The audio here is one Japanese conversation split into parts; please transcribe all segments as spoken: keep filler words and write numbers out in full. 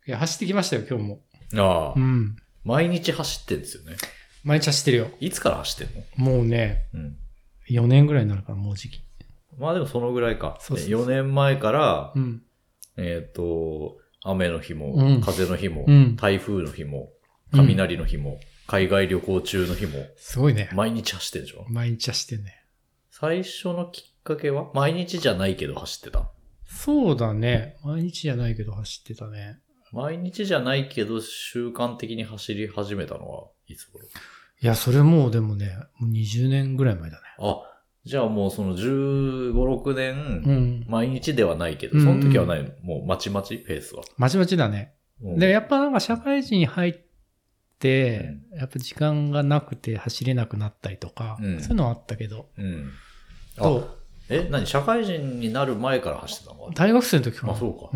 いや、走ってきましたよ、今日も。 ああ、 うん。 毎日走ってんですよね。 毎日走ってるよ。 いつから走ってんの？ もうね、 うん。 よねんぐらいになるから、もう時期。 まあでもそのぐらいか。 そうそうそうよねんまえから、 うん。 えっ、と、雨の日も、 うん風の日も、 うん、 台風の日も、雷の日も、うん、海外旅行中の日も。 すごいね。 毎日走ってるでしょ？ 毎日走ってんね。 最初のきっかけは毎日じゃないけど走ってた？ そうだね。毎日じゃないけど走ってたね。 毎日じゃないけど習慣的に走り始めたのはいつ頃？ いや、それもうでもね、もうにじゅうねんぐらい前だね。 あ、じゃあもうそのじゅうご、ろくねん、毎日ではないけど、うん、その時はない、うん、もうまちまちペースは。 まちまちだね。うん、で、やっぱなんか社会人に入って、うん、やっぱ時間がなくて走れなくなったりとか、うん、そういうのはあったけど。うん。 どう？え、何？社会人になる前から走ってたの？ 大学生の時かな。 あ、そうか。 うん。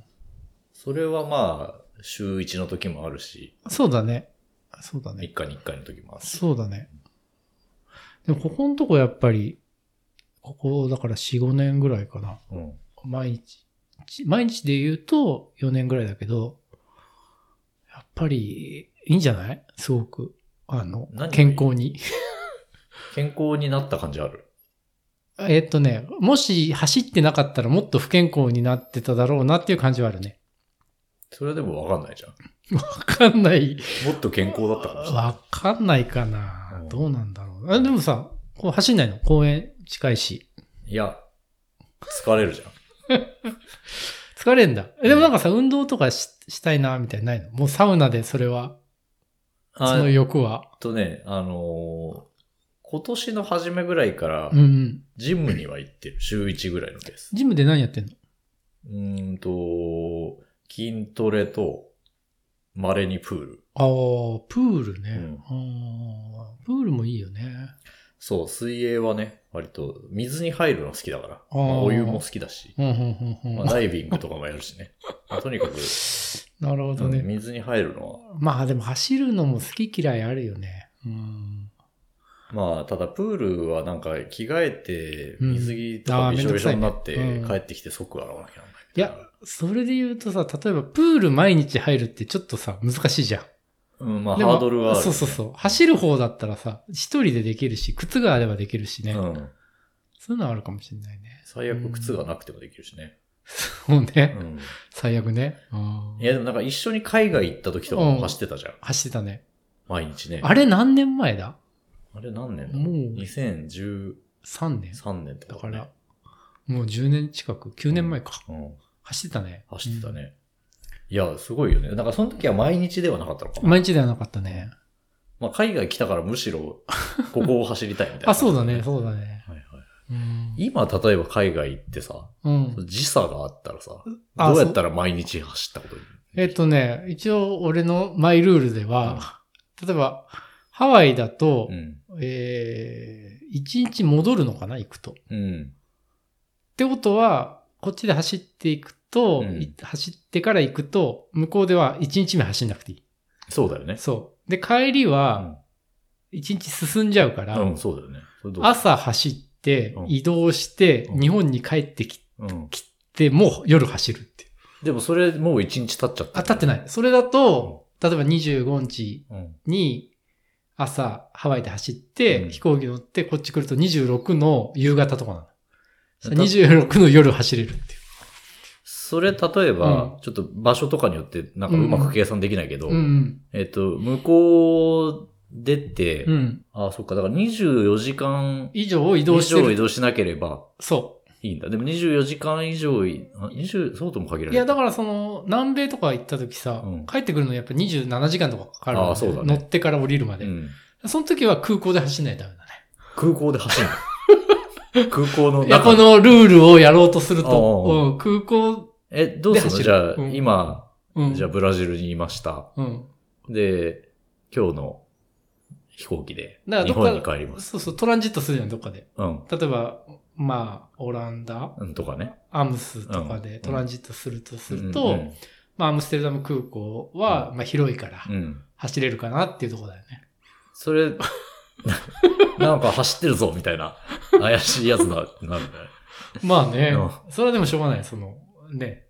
それはまあ、週いちの時もあるし。 そうだね。そうだね。 いっかにいっかいの時もあるし。 そうだね。でもここのとこやっぱり、ここだからよん、ごねんぐらいかな。うん、毎日。毎日で言うとよねんぐらいだけど、やっぱりいいんじゃない？すごく。あの、健康に。 健康になった感じある？ えっとね、もし走ってなかったらもっと不健康になってただろうなっていう感じはあるね。 それでもわかんないじゃん。 わかんない。 もっと健康だったかもしれない。 わかんないかな。うん、どうなんだろう。あ、でもさ、こう走んないの？公園近いし。 いや、疲れるじゃん。 疲れんだ。でもなんかさ、運動とか し, したいな、みたいなないの？もうサウナでそれは。その欲は。 とね、あのー、今年の初めぐらいから、ジムには行ってる。週いちぐらいのペース。 ジムで何やってんの？ うーんと、筋トレと、稀にプール。 ああ、プールね、うんあ。プールもいいよね。 そう、水泳はね、割と水に入るの好きだから。まあ、お湯も好きだし。まあ、ダイビングとかもやるしね。まあ、とにかく、 なるほどね、 うん。水に入るのは。 まあでも走るのも好き嫌いあるよね。うんまあ、ただプールはなんか着替えて、水着とかびしょびしょになって帰ってきて即洗わなきゃならない。 いや、それで言うとさ、例えばプール毎日入るってちょっとさ、難しいじゃん。 うん、まあハードルはある、ね。 そうそうそう。走る方だったらさ、一人でできるし、靴があればできるしね。うん。そういうのはあるかもしれないね。 最悪靴がなくてもできるしね。 そうね。うん、最悪ね。 いやでもなんか一緒に海外行った時とかも走ってたじゃん。うん、 走ってたね。 毎日ね。 あれ何年前だ？ あれ何年だ？もう。にせんじゅうさんねん。さんねんとか、ね。だから、 もうじゅうねん近く、きゅうねんまえか。うん。うん、走ってたね。 走ってたね。うん、いや、すごいよね。だからその時は毎日ではなかったのかな。 毎日ではなかったね。 まあ海外来たからむしろ、ここを走りたいみたいな、ね。 あ、そうだね、そうだね。はいはい。 うん、今、例えば海外行ってさ、うん、時差があったらさ、どうやったら毎日走ったことに？ えっとね、一応俺のマイルールでは、うん、例えば、ハワイだと、うん、えー、一日戻るのかな行くと。うん。ってことは、こっちで走っていくと、うん、走ってから行くと、向こうでは一日目走んなくていい。 そうだよね。 そう。で、帰りは、一日進んじゃうから、 うん、そうだよね。 朝走って、移動して、うん、日本に帰ってき、うん、来て、もう夜走るっていう。 でもそれもう一日経っちゃった、ね。 あ、経ってない。それだと、うん、例えばにじゅうごにちに朝ハワイで走って、うん、飛行機乗ってこっち来るとにじゅうろくの夕方とかなの。にじゅうろくの夜走れるっていう。 それ例えば、うん、ちょっと場所とかによってなんかうまく計算できないけど、うんうん、えっと、向こう出て、うん、あ、そっか、だからにじゅうよじかん以上移動してる。 以上移動しなければ、 そう。 いいんだ。でもにじゅうよじかん以上、にじゅう、そうとも限らない。 いや、だからその、南米とか行った時さ、うん、帰ってくるのやっぱにじゅうななじかんとかかかるんだよ。あ、そうだね。乗ってから降りるまで。うん、その時は空港で走んないとダメだね。 空港で走るの空港の中。 いや、このルールをやろうとすると、うん、空港え、どうするの？じゃあ、うん、今、うん、じゃあブラジルにいました。うん、で、今日の飛行機で日本に帰ります。 そうそう、トランジットするじゃん、どっかで。うん、例えば、まあ、オランダ、 うん、とかね。 アムスとかでトランジットするとすると、うんうん、まあ、アムステルダム空港は、まあ、広いから、走れるかなっていうところだよね。 それ、なんか走ってるぞ、みたいな、怪しいやつな、なるんだよね。 まあね、うん、それはでもしょうがない。その、ね、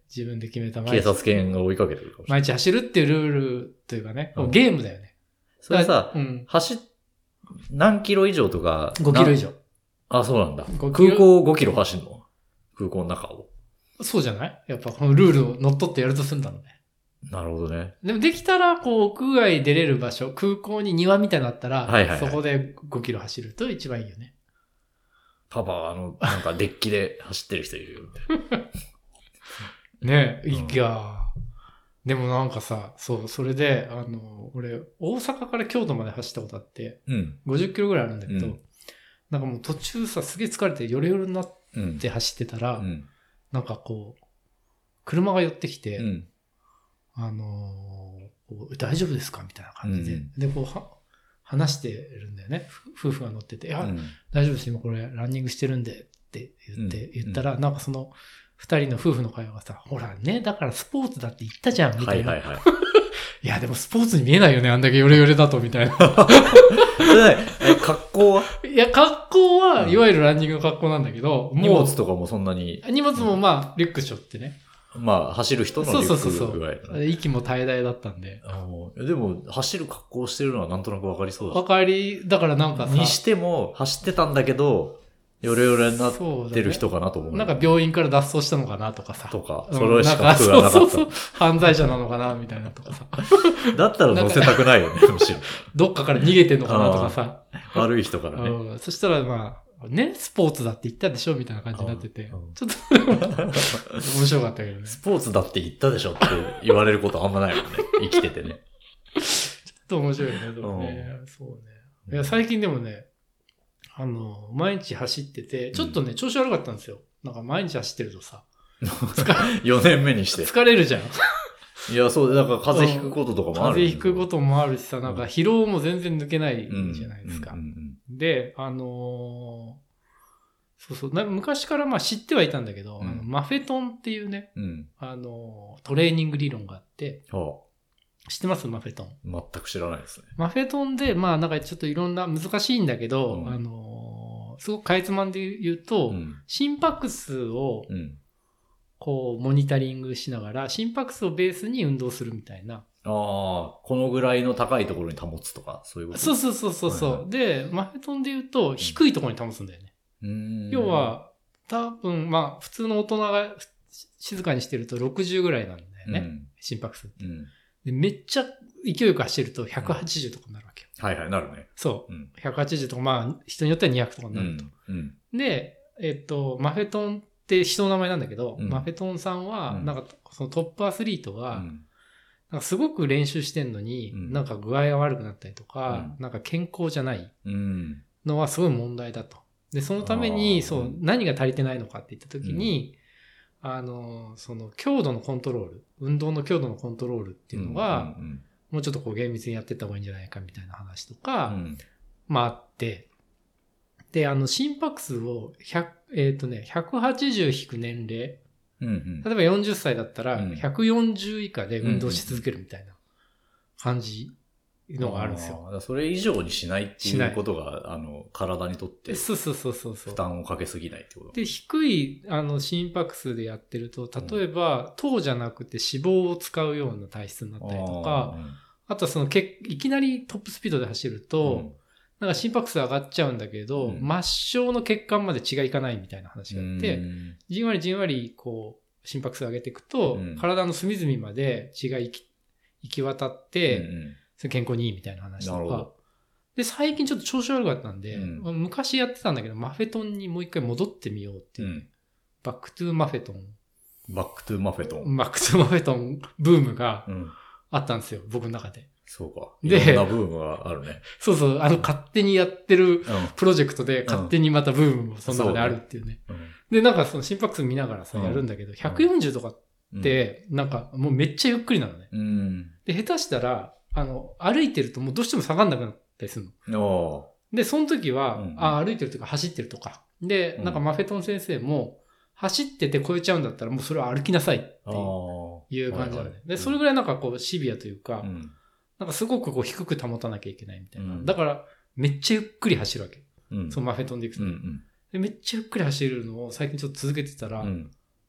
自分で決めた毎日。警察犬が追いかけてるかもしれない。 毎日走るっていうルールというかね、うん、ゲームだよね。 それさ、うん、走っ、何キロ以上とか。 ごキロ以上。 あ、そうなんだ。空港ごキロ走るの？空港の中を。 そうじゃない？やっぱこのルールを乗っ取ってやるとするんだろうね。 なるほどね。 でもできたら、こう、屋外出れる場所、空港に庭みたいになったら、はいはいはい、そこでごキロ走ると一番いいよね。 パパはあの、なんかデッキで走ってる人いるよみたいな。ねえ、いや、でもなんかさ、そう、それで、あの、俺、大阪から京都まで走ったことあって、うん、ごじゅっキロぐらいあるんだけど、うん、なんかもう途中さ、すげえ疲れてヨレヨレになって走ってたら、うん、なんかこう、車が寄ってきて、うん、あのー、大丈夫ですかみたいな感じで、うん、で、こうは、話してるんだよね。夫婦が乗ってて、いや、うん、大丈夫です、今これランニングしてるんでって言って、うん、言ったら、なんかその、二人の夫婦の会話がさ、ほらね、だからスポーツだって言ったじゃん、みたいな。はいはいはい。いや、でもスポーツに見えないよね、あんだけヨレヨレだと、みたいな。 え、格好はいや、格好は、いわゆるランニングの格好なんだけど、 うん、荷物とかもそんなに。 荷物もまあ、リュック背負ってね。 まあ、走る人のリュックぐらい。そうそうそう。 息も絶え絶えだったんで。 でも、走る格好してるのはなんとなくわかりそうだ。 わかり、だからなんかさ。 にしても、走ってたんだけど、ヨレヨレになってる人かなと思う。 なんか病院から脱走したのかなとかさ。 とか、それしか服がなかった。そうそうそう。 犯罪者なのかなみたいなとかさ。 だったら乗せたくないよね、むしろ。 どっかから逃げてんのかなとかさ。 悪い人からね。 うん、そしたらまあ、ね、スポーツだって言ったでしょみたいな感じになってて。ちょっと面白かったけどね。 スポーツだって言ったでしょって言われることあんまないもんね。生きててね。 ちょっと面白いね、でもね。そうね。いや、最近でもね、あの、毎日走ってて、ちょっとね、うん、調子悪かったんですよ。なんか毎日走ってるとさ。 よねんめにして。 疲れるじゃん。 いや、そう、だから風邪ひくこととかもある。 風邪ひくこともあるしさ、なんか疲労も全然抜けないじゃないですか。で、あのー、そうそうな、昔からまあ知ってはいたんだけど、うん、あのマフェトンっていうね、うん、あのー、トレーニング理論があって、はあ、知ってますマフェトン。 全く知らないですね。 マフェトンで、まあなんかちょっといろんな難しいんだけど、うん、あのー、すごくかいつまんで言うと、うん、心拍数を、うんこう、モニタリングしながら、心拍数をベースに運動するみたいな。ああ、このぐらいの高いところに保つとか、そういうこと。 そうそうそうそうそう、はいはい。で、マフェトンで言うと、低いところに保つんだよね。うん、要は、多分、まあ、普通の大人が静かにしてるとろくじゅうぐらいなんだよね。うん、心拍数って、うん、で。めっちゃ勢いよく走るとひゃくはちじゅうとかになるわけよ。 うん、はいはい、なるね。 そう。うん、ひゃくはちじゅうとか、まあ、人によってはにひゃくとかになると。うんうん、で、えっと、マフェトンって人の名前なんだけど、うん、マフェトンさんは、なんか、そのトップアスリートは、うん、なんかすごく練習してんのに、うん、なんか具合が悪くなったりとか、うん、なんか健康じゃないのはすごい問題だと。で、そのために、そう、何が足りてないのかって言った時に、うん、あの、その強度のコントロール、運動の強度のコントロールっていうのが、うんうんうん、もうちょっとこう厳密にやってった方がいいんじゃないかみたいな話とか、うん、まああって、で、あの、心拍数をひゃく、えっとね、ひゃくはちじゅう引く年齢。うんうん、例えばよんじゅっさいだったら、ひゃくよんじゅう以下で運動し続けるみたいな感じのがあるんですよ。 うんうん、それ以上にしないっていうことが、あの、体にとって、 そうそうそうそう。 負担をかけすぎないってこと。 で、低い、あの、心拍数でやってると、例えば、糖じゃなくて脂肪を使うような体質になったりとか、あ,、うん、あとはその、けいきなりトップスピードで走ると、うんなんか心拍数上がっちゃうんだけど、うん、末梢の血管まで血がいかないみたいな話があって、じんわりじんわりこう心拍数上げていくと、うん、体の隅々まで血が行き、行き渡って、うん、それ健康にいいみたいな話とか。で、最近ちょっと調子悪かったんで、うん、昔やってたんだけど、マフェトンにもう一回戻ってみようっていう、うん。バックトゥーマフェトン。 バックトゥーマフェトン。 バックトゥーマフェトンブームがあったんですよ、僕の中で。 そうか。いろんなブームがあるね。 そうそう。あの、勝手にやってるプロジェクトで、勝手にまたブームもその中であるっていうね。うんうん、で、なんかその心拍数見ながらさ、やるんだけど、ひゃくよんじゅうとかって、なんかもうめっちゃゆっくりなのね。うん、で、下手したら、あの、歩いてるともうどうしても下がんなくなったりするの。で、その時は、うんうん、あ、歩いてるとか走ってるとか。で、なんかマフェトン先生も、走ってて超えちゃうんだったら、もうそれは歩きなさいっていう感じなのね。で、それぐらいなんかこうシビアというか、うんなんかすごくこう低く保たなきゃいけないみたいな。うん、だから、めっちゃゆっくり走るわけ。うん、そのマフェトンでいくと、うんうんで。めっちゃゆっくり走るのを最近ちょっと続けてたら、うん、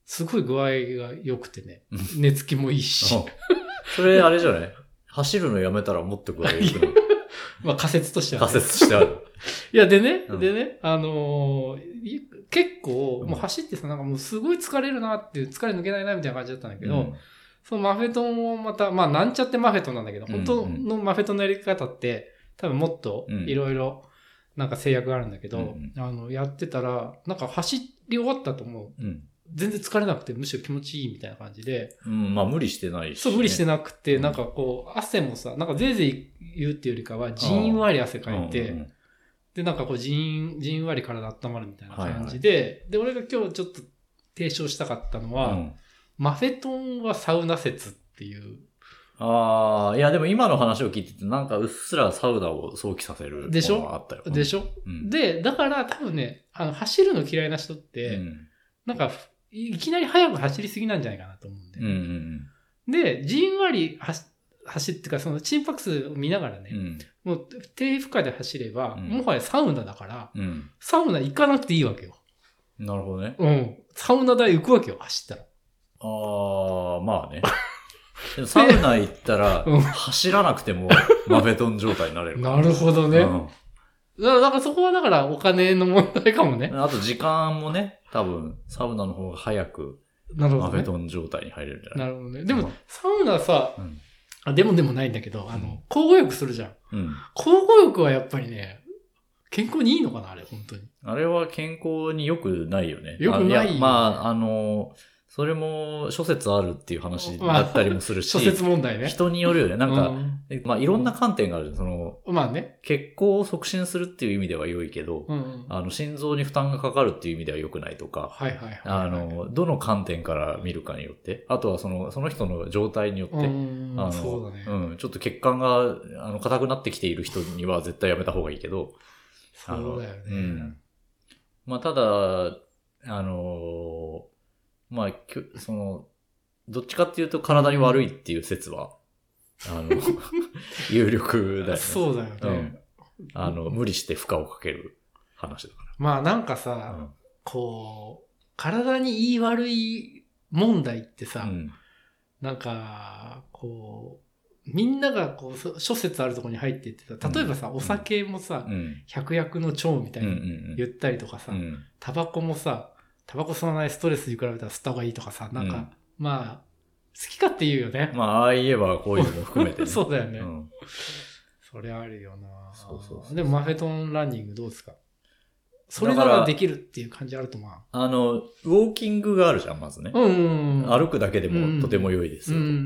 すごい具合が良くてね。寝つきもいいし。 それあれじゃない走るのやめたらもっと具合良くなる。 まあ仮説としては、 ね。仮説としてある。 いや、でね、うん、でね、あのー、結構、もう走ってさ、なんかもうすごい疲れるなっていう、疲れ抜けないなみたいな感じだったんだけど、うん、そのマフェトンをまた、まあなんちゃってマフェトンなんだけど、本当のマフェトンのやり方って、多分もっといろいろなんか制約があるんだけど、うん、あの、やってたら、なんか走り終わったと思う。うん全然疲れなくて、むしろ気持ちいいみたいな感じで。 うん、まあ無理してないし、ね。 そう、無理してなくて、なんかこう、汗もさ、なんかぜいぜい言うっていうよりかは、じんわり汗かいて、うんうん、で、なんかこう、じん、じんわり体温まるみたいな感じで、はいはい、で、俺が今日ちょっと提唱したかったのは、うん、マフェトンはサウナ説っていう。 ああ、いやでも今の話を聞いてて、なんかうっすらサウナを想起させるでしょがあったよ。 でしょ、うん、で、だから多分ね、あの、走るの嫌いな人って、うん、なんか、いきなり速く走りすぎなんじゃないかなと思うんで。うんうんうん、で、じんわり走走ってか、その心拍数を見ながらね、うん、もう低負荷で走れば、うん、もはやサウナだから、うん、サウナ行かなくていいわけよ。 なるほどね。 うん。サウナ代浮くわけよ、走ったら。 ああ、まあね。でもサウナ行ったら、走らなくてもマフェトン状態になれる。 なるほどね。うんだからそこはだからお金の問題かもね。 あと時間もね、多分サウナの方が早くマフェトン状態に入れるんじゃない？ なるほどね。でも、うん、サウナさ、うん、あ、でもでもないんだけど、あの、交互浴するじゃん。うん、交互浴はやっぱりね、健康にいいのかなあれ、本当に。 あれは健康に良くないよね。 良くないよ、ね。 まあ、あの、それも諸説あるっていう話だったりもするし、 諸説問題ね。 人によるよね。なんか、うん、まあいろんな観点がある。その、 まあね。 血行を促進するっていう意味では良いけど、うんうん、あの心臓に負担がかかるっていう意味では良くないとか、 はいはいはいはい、 あの、どの観点から見るかによって、あとはその、その人の状態によって、 うんあのそうだね、 うん、ちょっと血管があの硬くなってきている人には絶対やめた方がいいけど、 そうだよね。 うん、まあただ、あの、まあ、その、どっちかっていうと体に悪いっていう説は、あの、有力だよね。 そうだよね、うん。 あの、無理して負荷をかける話だから。 まあなんかさ、うん、こう、体にいい悪い問題ってさ、うん、なんか、こう、みんながこう、諸説あるところに入っていってさ、例えばさ、うん、お酒もさ、うん、百薬の長みたいに言ったりとかさ、タバコもさ、タバコ吸わないストレスに比べたら吸った方がいいとかさ、なんか、うん、まあ、好きかって言うよね。 まあ、ああ言えばこういうのも含めて、ね。 そうだよね。うん、それあるよな。 そうそうそう。 でもマフェトンランニングどうですか？それならできるっていう感じあるとまあ。あの、ウォーキングがあるじゃん、まずね。 うんうんうん、 歩くだけでもとても良いですよ、 うんうんうん、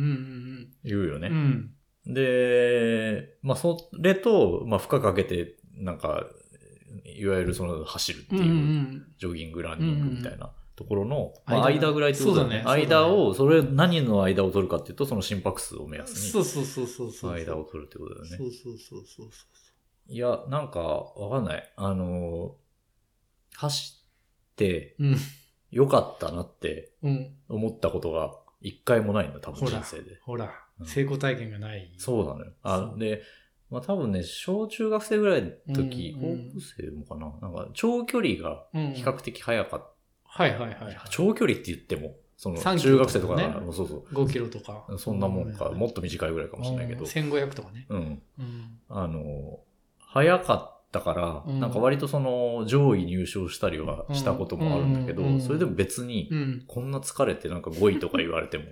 と言うよね。 うん、 で、まあ、それと、まあ、負荷かけて、なんか、いわゆるその走るっていう、うんうん、ジョギング、ランニングみたいな。ところの、まあ、間ぐらいってことだね。 そうだね。 間を、それ、何の間を取るかっていうと、その心拍数を目安に。 そうそうそうそうそう。 間を取るってことだよね。 そうそうそうそうそう。 いや、なんか、わかんない。あの、走って、よかったなって思ったことが一回もないの、多分人生で。 ほら、ほらうん、成功体験がない。 そうなのよ。あ、で、まあ多分ね、小中学生ぐらいの時、うんうん、高校生もかななんか、長距離が比較的速かった。 はいはいはい、はい。 長距離って言っても、その中学生とか、ね、そうそう。 ごキロとか。 そんなもんか、もっと短いぐらいかもしれないけど。 せんごひゃくとかね。 うん。うん、あの、早かったから、うん、なんか割とその上位入賞したりはしたこともあるんだけど、うんうんうんうん、それでも別に、こんな疲れてなんかごいとか言われても、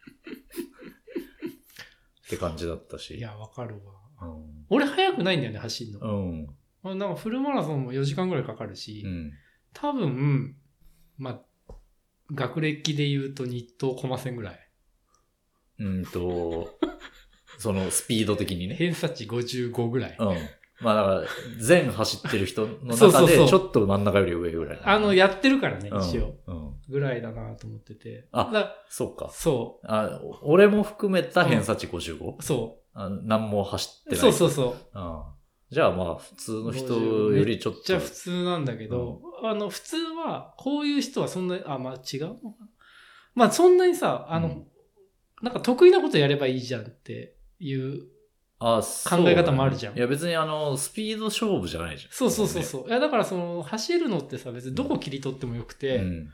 って感じだったし。 いや、わかるわ。うん、俺早くないんだよね、走るの。うん。なんかフルマラソンもよじかんぐらいかかるし、うん、多分、まあ、学歴で言うと日東コマ線ぐらい。 うんと、そのスピード的にね。 偏差値ごじゅうごぐらい。 うん。まあだから、全走ってる人の中で、ちょっと真ん中より上ぐらい。 あの、やってるからね、一応。うん。ぐらいだなと思ってて。 あ、そうか。 そう。 あ、俺も含めた偏差値ごじゅうご。 そう。 あ、何も走ってない。 そうそうそう。 あじゃあまあ、普通の人よりちょっと。 じゃあ普通なんだけど、うん、あの、普通は、こういう人はそんなに、あ、まあ違うのかな。まあそんなにさ、あの、うん、なんか得意なことやればいいじゃんっていう考え方もあるじゃん。 ね、いや別にあの、スピード勝負じゃないじゃん。 そうそうそうそう。いやだからその、走るのってさ、別にどこ切り取ってもよくて、うん、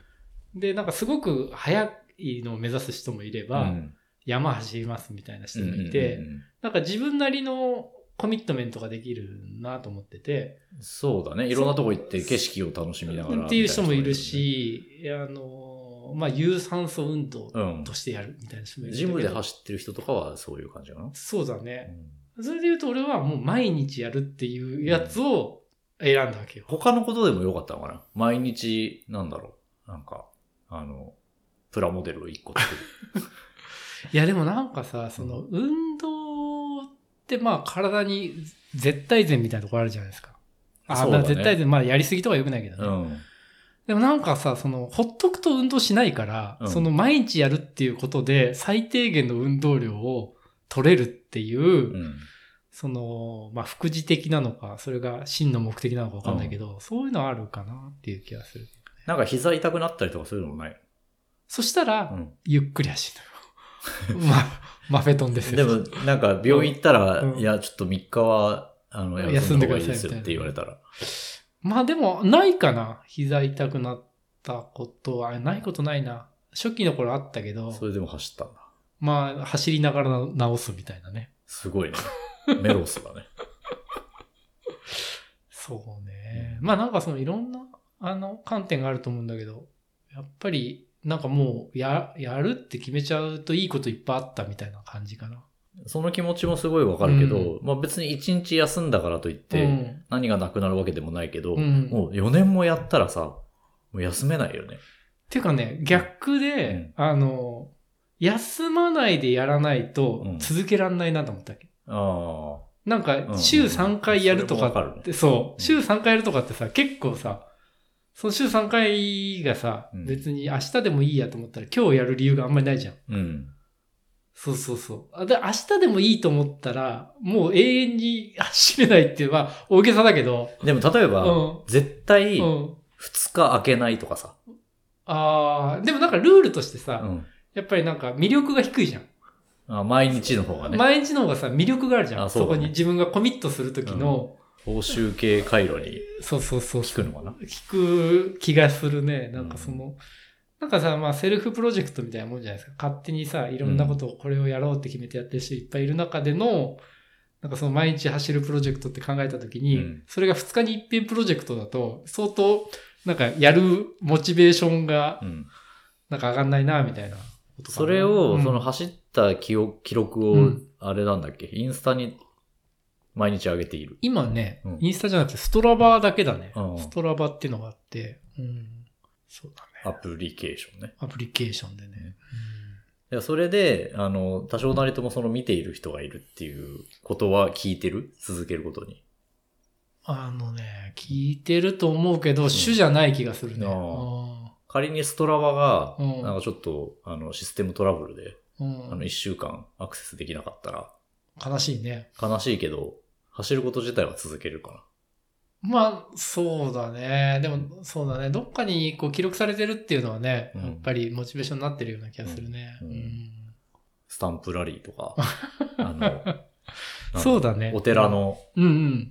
で、なんかすごく速いのを目指す人もいれば、うん、山走りますみたいな人もいて、うんうんうん、なんか自分なりのコミットメントができるなと思ってて。 そうだね。いろんなとこ行って景色を楽しみながら。 っていう人もいるし、あの、まあ、有酸素運動としてやるみたいな人もいる、 うん。ジムで走ってる人とかはそういう感じかな。 そうだね。うん、それで言うと俺はもう毎日やるっていうやつを選んだわけよ。 うん、他のことでもよかったのかな。毎日、なんだろう。なんか、あの、プラモデルを一個作る。 いやでもなんかさ、その運動ってまあ体に絶対善みたいなところあるじゃないですか。あ、ね、絶対善、まあやりすぎとか良くないけどね。うん、でもなんかさ、そのほっとくと運動しないから、うん、その毎日やるっていうことで最低限の運動量を取れるっていう、うん、その、まあ副次的なのか、それが真の目的なのかわかんないけど、うん、そういうのあるかなっていう気がする。 なんか膝痛くなったりとかそういうのもない？ そしたら、うん、ゆっくり走るのよ。まあ、マフェトンですよ。でも、なんか病院行ったら、うん、いや、ちょっとみっかは、あの、休んだ方がいいですよって言われたら。 まあでも、ないかな。膝痛くなったことは、ないことないな。初期の頃あったけど。 それでも走ったんだ。 まあ、走りながら直すみたいなね。 すごいね。メロスだね。 そうね。まあなんかそのいろんな、あの、観点があると思うんだけど、やっぱり、なんかもう、や、やるって決めちゃうといいこといっぱいあったみたいな感じかな。 その気持ちもすごいわかるけど、うん、まあ別に一日休んだからといって、何がなくなるわけでもないけど、うん、もうよねんもやったらさ、もう休めないよね。 ていうかね、逆で、うん、あの、休まないでやらないと続けらんないなと思ったっけ。うん、ああ。なんか、週さんかいやるとかって、うん、そう、週さんかいやるとかってさ、結構さ、その週さんかいがさ、うん、別に明日でもいいやと思ったら今日やる理由があんまりないじゃん。うん。そうそうそう。で、明日でもいいと思ったら、もう永遠に走れないっていうのは大げさだけど。 でも例えば、うん、絶対ふつか空けないとかさ。 うん、ああ、でもなんかルールとしてさ、うん、やっぱりなんか魅力が低いじゃん。 あ、毎日の方がね。 毎日の方がさ、魅力があるじゃん。 そ, ね、そこに自分がコミットするときの、 報酬系回路にそうそうそう聞くのかな。 聞く気がするね。なんかその、うん、なんかさ、まあセルフプロジェクトみたいなもんじゃないですか。勝手にさ、いろんなことをこれをやろうって決めてやってる人いっぱいいる中での、なんかその毎日走るプロジェクトって考えたときに、うん、それがふつかに一遍プロジェクトだと、相当、なんかやるモチベーションが、なんか上がんないな、みたいなことかな。 それを、うん、その走った記録を、あれなんだっけ、インスタに、毎日上げている。 今ね、うん、インスタじゃなくてストラバーだけだね。うん、ストラバっていうのがあって、うん、そうだね。 アプリケーションね。 アプリケーションでね。うん、いやそれで、あの、多少なりともその見ている人がいるっていうことは聞いてる？続けることに。 あのね、聞いてると思うけど、うん、主じゃない気がするね。 あ仮にストラバが、なんかちょっと、あの、システムトラブルで、うん、あの、一週間アクセスできなかったら、 悲しいね。 悲しいけど、走ること自体は続けるかな。まあ、そうだね。でも、そうだね。どっかにこう記録されてるっていうのはね、うん、やっぱりモチベーションになってるような気がするね。うんうん、 スタンプラリーとか、あの、 そうだね。 お寺の、 うんうん。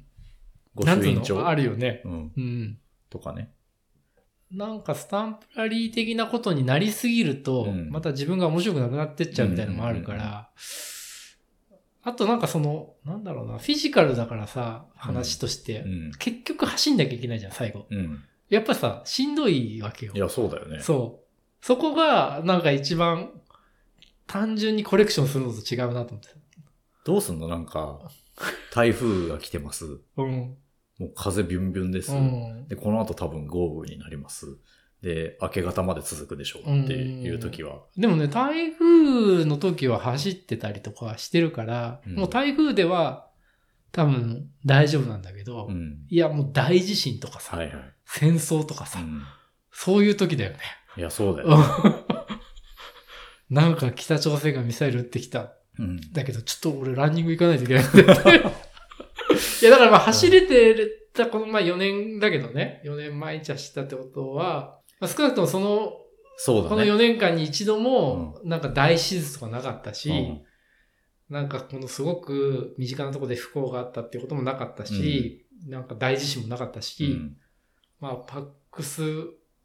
御朱印帳。 あるよね。 うん。うん。とかね。 なんかスタンプラリー的なことになりすぎると、うん、また自分が面白くなくなってっちゃうみたいなのもあるから、うんうんうんうん、あとなんかその、なんだろうな、フィジカルだからさ、話として、うん、結局走んなきゃいけないじゃん、最後。うん、やっぱさ、しんどいわけよ。 いや、そうだよね。 そう。そこが、なんか一番、単純にコレクションするのと違うなと思って。 どうすんのなんか、台風が来てます。うん。もう風ビュンビュンです。うん、で、この後多分豪雨になります。で、明け方まで続くでしょうっていう時は。 でもね、台風の時は走ってたりとかしてるから、うん、もう台風では多分大丈夫なんだけど、うん、いやもう大地震とかさ、はいはい、戦争とかさ、うん、そういう時だよね。 いや、そうだよ、ね。 なんか北朝鮮がミサイル撃ってきた。うん、だけどちょっと俺ランニング行かないといけないって言って。いやだからまあ走れてたこのまあよねんだけどね、よねん毎日走ったってことは、まあ、少なくともその、そうだね、このよねんかんに一度も、なんか大手術とかなかったし、うん、なんかこのすごく身近なところで不幸があったっていうこともなかったし、うん、なんか大地震もなかったし、うん、まあパックス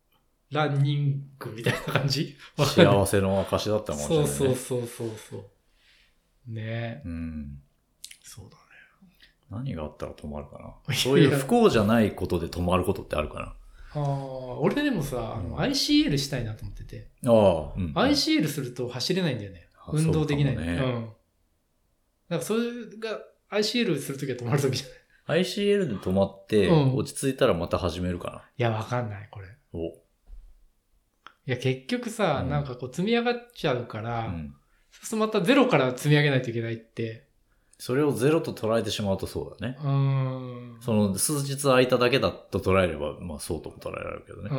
ランニングみたいな感じ幸せの証だったもんね。 そうそうそうそうそう。ねえ。 うん。 そうだね。 何があったら止まるかな。そういう不幸じゃないことで止まることってあるかな。 ああ、俺でもさ、うん、アイシーエル したいなと思ってて。 ああ、うん、 アイシーエル すると走れないんだよね。運動できないんだよね。うん。だからそれが アイシーエル するときは止まるときじゃない。 アイシーエル で止まって、うん、落ち着いたらまた始めるかな。 いや、わかんない、これ。 お。 いや、結局さ、うん、なんかこう積み上がっちゃうから、うん、そうするとまたゼロから積み上げないといけないって。 それをゼロと捉えてしまうとそうだね。うん。その数日空いただけだと捉えれば、まあそうとも捉えられるけどね。うん。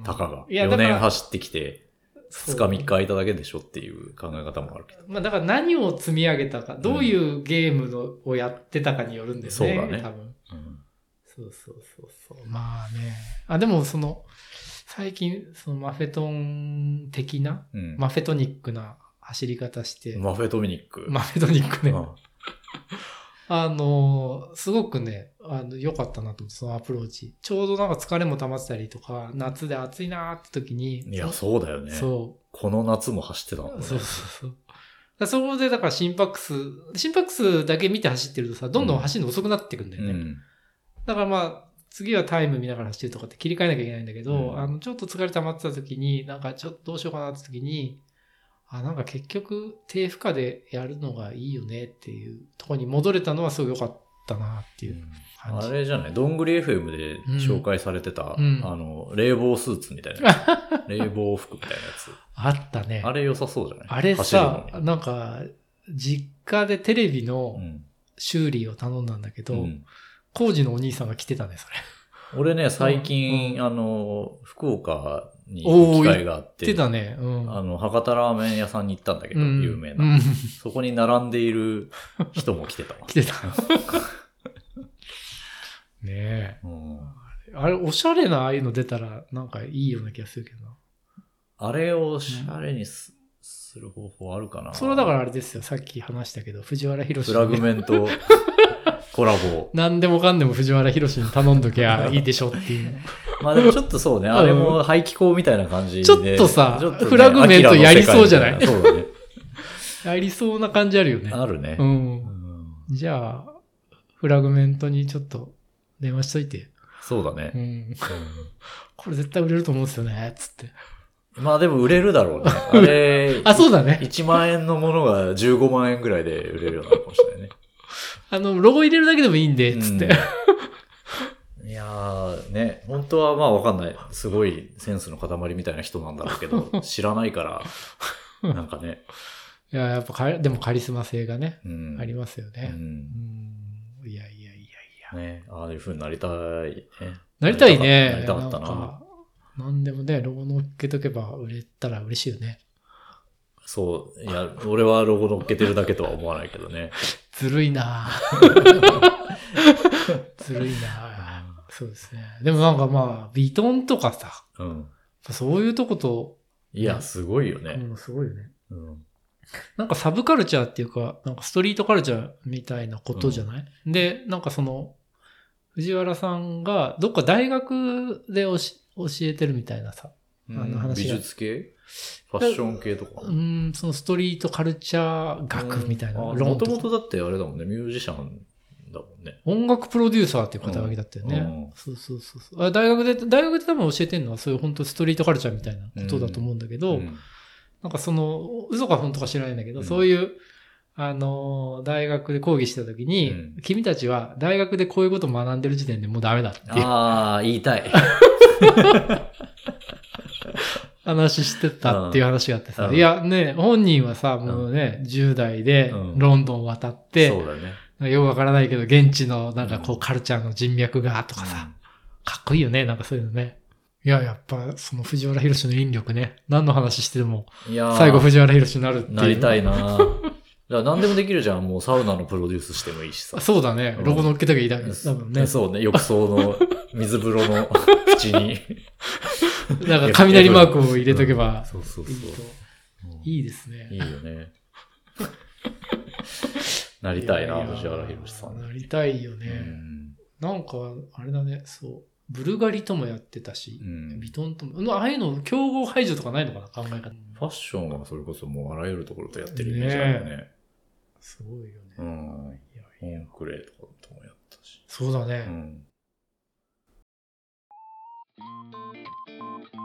たかが。よねん走ってきて、ふつかみっか空いただけでしょっていう考え方もあるけど。 まあだから何を積み上げたか、どういうゲームのをやってたかによるんですね。そうだね。多分。うん。そうそうそうそう。まあね。あ、でもその、最近、そのマフェトン的な、うん、マフェトニックな走り方して。 マフェトニックマフェトニックね。あの、すごくね、あの、良かったなと思って、そのアプローチ。ちょうどなんか疲れも溜まってたりとか、夏で暑いなーって時に。 いや、そうだよね。そう。この夏も走ってたもんね。 そうそうそう。そこでだから心拍数、心拍数だけ見て走ってるとさ、どんどん走るの遅くなっていくんだよね。うん、だからまあ、次はタイム見ながら走るとかって切り替えなきゃいけないんだけど、うん、あの、ちょっと疲れ溜まってた時に、なんかちょっとどうしようかなって時に、あ、なんか結局低負荷でやるのがいいよねっていうところに戻れたのはすごい良かったなっていう感じ。 うん、あれじゃないどんぐり エフエム で紹介されてた、うん、あの、冷房スーツみたいな。冷房服みたいなやつ。 あったね。 あれ良さそうじゃないあれさ、なんか、実家でテレビの修理を頼んだんだけど、うん、工事のお兄さんが来てたね、それ。 俺ね、最近、うん、あの、福岡に行く機会があって、 行ってたね。うん、 あの、博多ラーメン屋さんに行ったんだけど、うん、有名な、うん。そこに並んでいる人も来てたわ。 来てた。ねえ、うん。あれ、おしゃれなああいうの出たら、なんかいいような気がするけどな。 あれをおしゃれにす、うん、する方法あるかな。 それはだからあれですよ。さっき話したけど、藤原宏、 ね。フラグメントコラボ。 何でもかんでも藤原宏に頼んどきゃいいでしょっていう。 まあでもちょっとそうね、あれも排気口みたいな感じで。 ちょっとさ、っとね、フラグメントやりそうじゃないそうだね。やりそうな感じあるよね。 あるね。 うん。うん、じゃあ、フラグメントにちょっと電話しといて。 そうだね。うん。うん、 これ絶対売れると思うんですよね、つって。 まあでも売れるだろうね。あれ、 あ、そうだね。 いちまん円のものがじゅうごまん円ぐらいで売れるようになるかもしれないね。 あの、ロゴ入れるだけでもいいんで、つって。 うん、いやー、ね、本当はまあわかんない。すごいセンスの塊みたいな人なんだろうけど、知らないから、なんかね。 いや、やっぱか、でもカリスマ性がね、うん、ありますよね。うんうん、いやいやいやいや。 ね、ああいう風になりたい、ね。 なりたいね。 なりたかったな。 なんでもね、ロゴ乗っけとけば売れたら嬉しいよね。 そう。いや、俺はロゴ乗っけてるだけとは思わないけどね。 ずるいなずるいなそうですね。でもなんかまあ、ビトンとかさ、うん、そういうとこと、 ね、いや、すごいよね。 うん、すごいよね。うん、なんかサブカルチャーっていうか、なんかストリートカルチャーみたいなことじゃない、うん、で、なんかその、藤原さんがどっか大学で教えてるみたいなさ、 あの話が。美術系ファッション系とかうん、そのストリートカルチャー学みたいな論とか。 もともとだってあれだもんね、ミュージシャンだもんね。 音楽プロデューサーっていう肩書きだったよね。うん、そうそうそうそうあ。大学で、大学で多分教えてるのはそういう本当ストリートカルチャーみたいなことだと思うんだけど、うんうん、なんかその、嘘か本当か知らないんだけど、うん、そういう、あの、大学で講義したときに、うん、君たちは大学でこういうことを学んでる時点でもうダメだっていう。 ああ、言いたい。 話してたっていう話があってさ。うん、いやね、本人はさ、もうね、うん、じゅう代でロンドン渡って、 そうだね。 よくわからないけど、現地のなんかこうカルチャーの人脈がとかさ、うん、かっこいいよね、なんかそういうのね。いや、やっぱ、その藤原宏の引力ね。何の話しても、最後藤原宏になるっていう。 なりたいなだから何でもできるじゃん。もうサウナのプロデュースしてもいいしさ。 そうだね。ロゴ乗っけたきゃいいだけだもんね。 そうね。浴槽の水風呂の縁に。 なんか雷マークを入れとけば、 うん、そうそうそう。 いいですね。 いいよね。なりたいな、藤原宏さん。 なりたいよね。うん、なんか、あれだね、そう。 ブルガリともやってたし、 うん、 ヴィトンとも、ああいうの、競合排除とかないのかな、考え方。 ファッションはそれこそもうあらゆるところとやってるイメージあるよね。ねすごいよね。 うん。いやいやモンクレーとかともやったし。 そうだね。 うん